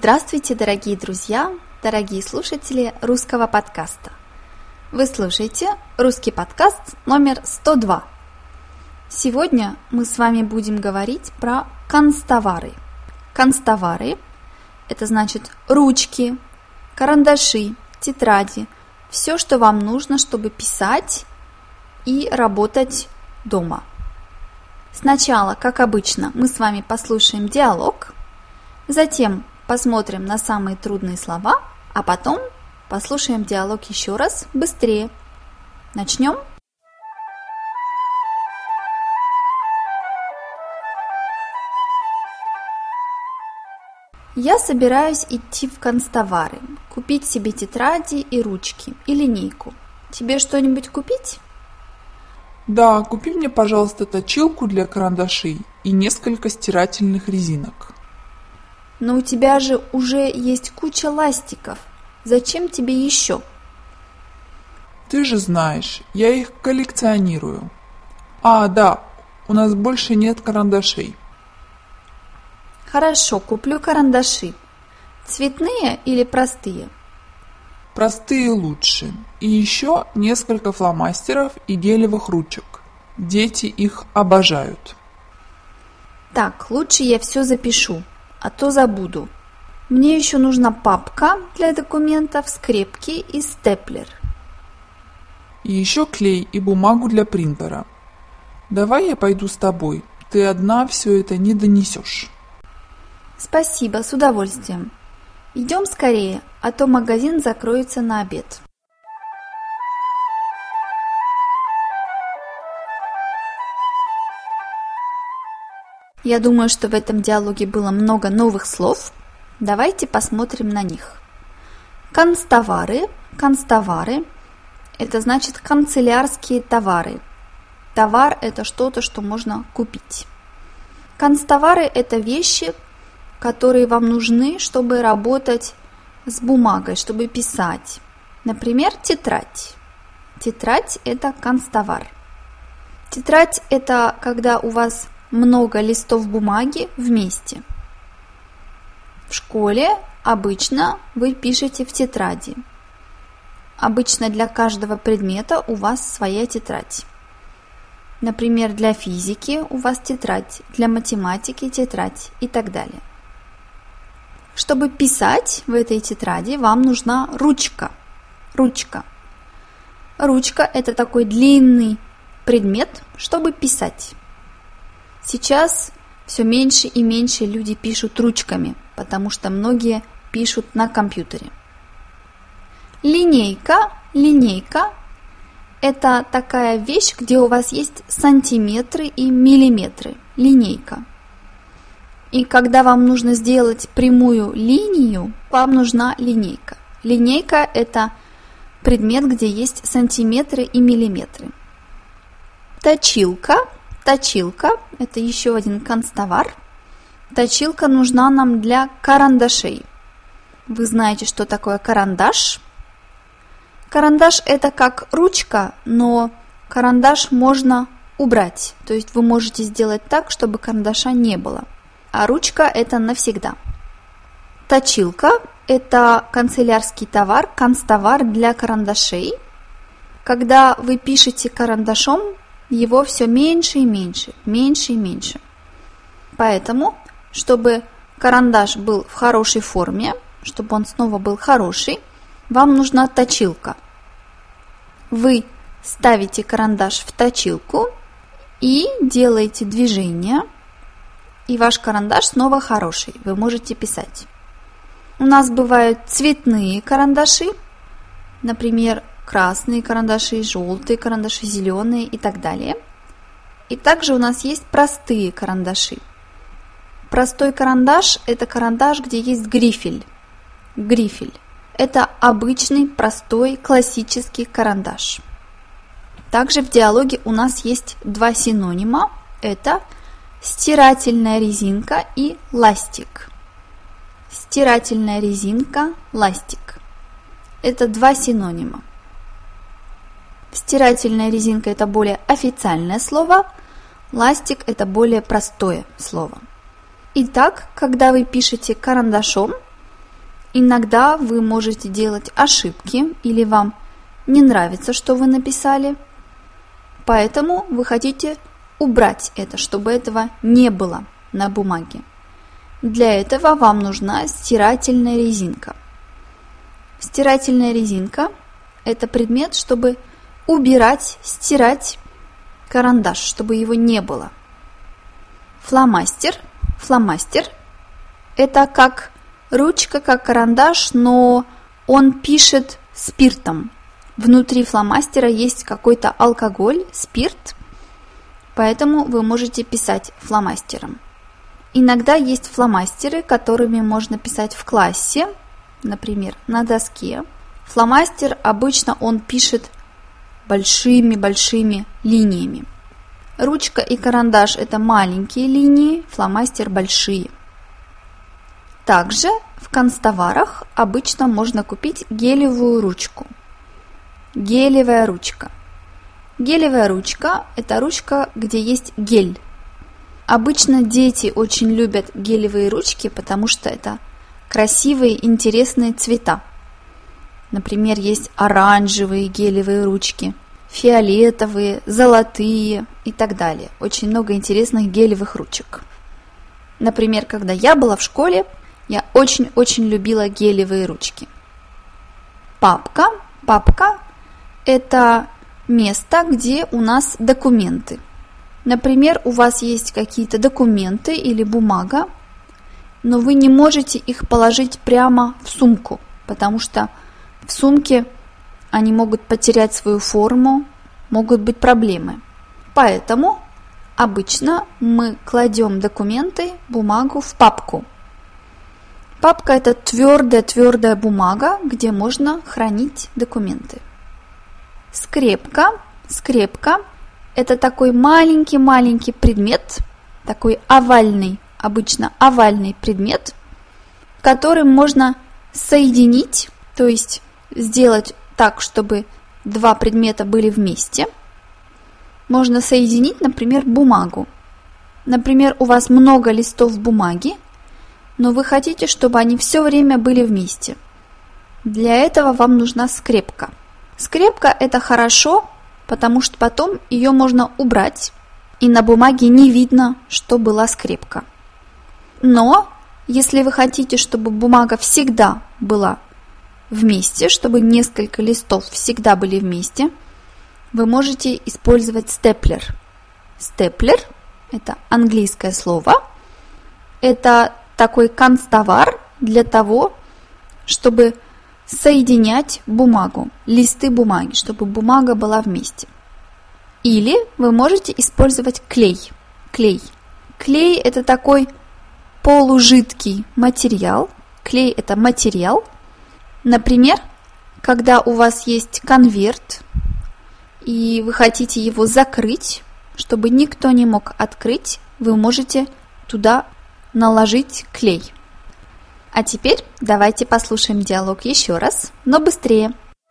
Здравствуйте, дорогие друзья, дорогие слушатели русского подкаста. Вы слушаете русский подкаст номер 102. Сегодня мы с вами будем говорить про канцтовары. Канцтовары – это значит ручки, карандаши, тетради, все, что вам нужно, чтобы писать и работать дома. Сначала, как обычно, мы с вами послушаем диалог, затем посмотрим на самые трудные слова, а потом послушаем диалог еще раз быстрее. Начнем? Я собираюсь идти в канцтовары, купить себе тетради и ручки, и линейку. Тебе что-нибудь купить? Да, купи мне, пожалуйста, точилку для карандашей и несколько стирательных резинок. Но у тебя же уже есть куча ластиков. Зачем тебе еще? Ты же знаешь, я их коллекционирую. Да, у нас больше нет карандашей. Хорошо, куплю карандаши. Цветные или простые? Простые лучше. И еще несколько фломастеров и гелевых ручек. Дети их обожают. Так, лучше я все запишу, а то забуду. Мне еще нужна папка для документов, скрепки и степлер. И еще клей и бумагу для принтера. Давай я пойду с тобой. Ты одна все это не донесешь. Спасибо, с удовольствием. Идем скорее, а то магазин закроется на обед. Я думаю, что в этом диалоге было много новых слов. Давайте посмотрим на них. Канцтовары. Канцтовары – это значит канцелярские товары. Товар – это что-то, что можно купить. Канцтовары – это вещи, которые вам нужны, чтобы работать с бумагой, чтобы писать. Например, тетрадь. Тетрадь – это канцтовар. Тетрадь – это когда у вас много листов бумаги вместе. В школе обычно вы пишете в тетради. Обычно для каждого предмета у вас своя тетрадь. Например, для физики у вас тетрадь, для математики тетрадь и так далее. Чтобы писать в этой тетради, вам нужна ручка. Ручка. Ручка – это такой длинный предмет, чтобы писать. Сейчас все меньше и меньше люди пишут ручками, потому что многие пишут на компьютере. Линейка. Линейка – это такая вещь, где у вас есть сантиметры и миллиметры. Линейка. И когда вам нужно сделать прямую линию, вам нужна линейка. Линейка – это предмет, где есть сантиметры и миллиметры. Точилка. Точилка – это еще один канцтовар. Точилка нужна нам для карандашей. Вы знаете, что такое карандаш? Карандаш – это как ручка, но карандаш можно убрать. То есть вы можете сделать так, чтобы карандаша не было. А ручка – это навсегда. Точилка – это канцелярский товар, канцтовар для карандашей. Когда вы пишете карандашом, его все меньше и меньше, меньше и меньше. Поэтому, чтобы карандаш был в хорошей форме, чтобы он снова был хороший, вам нужна точилка. Вы ставите карандаш в точилку и делаете движение, и ваш карандаш снова хороший, вы можете писать. У нас бывают цветные карандаши, например, красные карандаши, желтые карандаши, зеленые и так далее. И также у нас есть простые карандаши. Простой карандаш – это карандаш, где есть грифель. Грифель – это обычный, простой, классический карандаш. Также в диалоге у нас есть два синонима – это стирательная резинка и ластик. Стирательная резинка, ластик. Это два синонима. Стирательная резинка – это более официальное слово, ластик – это более простое слово. Итак, когда вы пишете карандашом, Иногда вы можете делать ошибки или вам не нравится, что вы написали, поэтому вы хотите убрать это, чтобы этого не было на бумаге. Для этого вам нужна стирательная резинка. Стирательная резинка – это предмет, чтобы убирать, стирать карандаш, чтобы его не было. Фломастер. Фломастер – это как ручка, как карандаш, но он пишет спиртом. Внутри фломастера есть какой-то алкоголь, спирт, поэтому вы можете писать фломастером. Иногда есть фломастеры, которыми можно писать в классе, например, на доске. Фломастер обычно он пишет большими-большими линиями. Ручка и карандаш – это маленькие линии, фломастер – большие. Также в канцтоварах обычно можно купить гелевую ручку. Гелевая ручка. Гелевая ручка – это ручка, где есть гель. Обычно дети очень любят гелевые ручки, потому что это красивые, интересные цвета. Например, есть оранжевые гелевые ручки, фиолетовые, золотые и так далее. Очень много интересных гелевых ручек. Например, когда я была в школе, я очень-очень любила гелевые ручки. Папка. Папка – это место, где у нас документы. Например, у вас есть какие-то документы или бумага, но вы не можете их положить прямо в сумку, потому что в сумке они могут потерять свою форму, могут быть проблемы. Поэтому обычно мы кладем документы, бумагу в папку. Папка – это твердая бумага, где можно хранить документы. Скрепка. Скрепка – это такой маленький предмет, такой овальный, обычно овальный предмет, которым можно соединить, то есть сделать так, чтобы два предмета были вместе. Можно соединить, например, бумагу. Например, у вас много листов бумаги, но вы хотите, чтобы они все время были вместе. Для этого вам нужна скрепка. Скрепка – это хорошо, потому что потом ее можно убрать, и на бумаге не видно, что была скрепка. Но если вы хотите, чтобы бумага всегда была вместе, чтобы несколько листов всегда были вместе, вы можете использовать степлер. Степлер – это английское слово. Это такой канцтовар для того, чтобы соединять бумагу, листы бумаги, чтобы бумага была вместе. Или вы можете использовать клей. Клей. Клей – это такой полужидкий материал. Клей – это материал. Например, когда у вас есть конверт, и вы хотите его закрыть, чтобы никто не мог открыть, вы можете туда наложить клей. А теперь давайте послушаем диалог еще раз, но быстрее.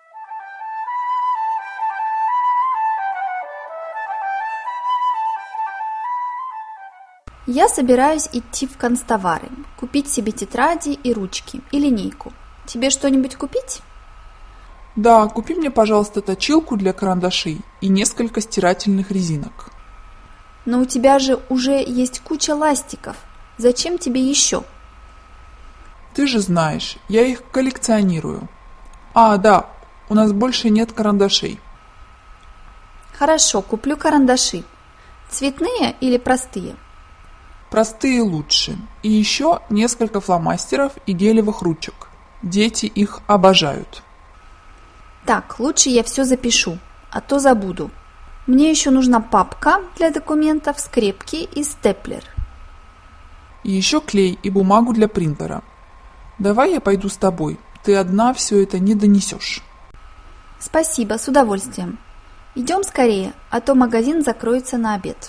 Я собираюсь идти в канцтовары, купить себе тетради и ручки, и линейку. Тебе что-нибудь купить? Да, купи мне, пожалуйста, точилку для карандашей и несколько стирательных резинок. Но у тебя же уже есть куча ластиков. Зачем тебе еще? Ты же знаешь, я их коллекционирую. А, да, у нас больше нет карандашей. Хорошо, куплю карандаши. Цветные или простые? Простые лучше. И еще несколько фломастеров и гелевых ручек. Дети их обожают. Так, лучше я все запишу, а то забуду. Мне еще нужна папка для документов, скрепки и степлер. И еще клей и бумагу для принтера. Давай я пойду с тобой. Ты одна все это не донесешь. Спасибо, с удовольствием. Идем скорее, а то магазин закроется на обед.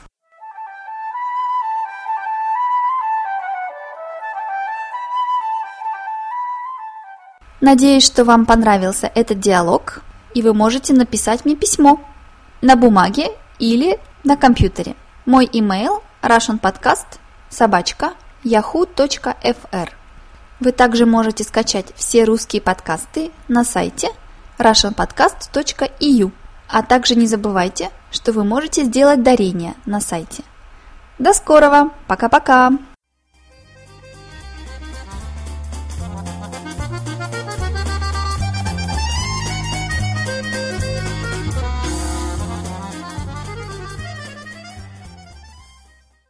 Надеюсь, что вам понравился этот диалог, и вы можете написать мне письмо на бумаге или на компьютере. Мой имейл russianpodcast@yahoo.fr. Вы также можете скачать все русские подкасты на сайте russianpodcast.eu. А также не забывайте, что вы можете сделать дарение на сайте. До скорого! Пока-пока!